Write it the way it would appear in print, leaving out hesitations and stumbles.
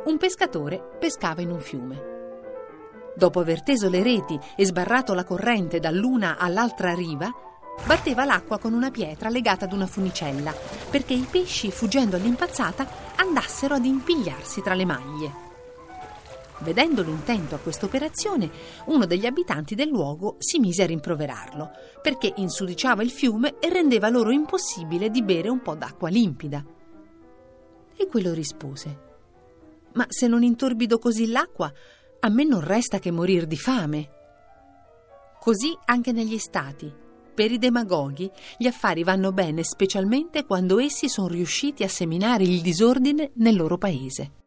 un pescatore pescava in un fiume. Dopo aver teso le reti e sbarrato la corrente dall'una all'altra riva, batteva l'acqua con una pietra legata ad una funicella, perché i pesci, fuggendo all'impazzata, andassero ad impigliarsi tra le maglie. Vedendolo intento a questa operazione, uno degli abitanti del luogo si mise a rimproverarlo, perché insudiciava il fiume e rendeva loro impossibile di bere un po' d'acqua limpida. E quello rispose: «Ma se non intorbido così l'acqua, a me non resta che morir di fame». Così anche negli stati. Per i demagoghi gli affari vanno bene, specialmente quando essi sono riusciti a seminare il disordine nel loro paese.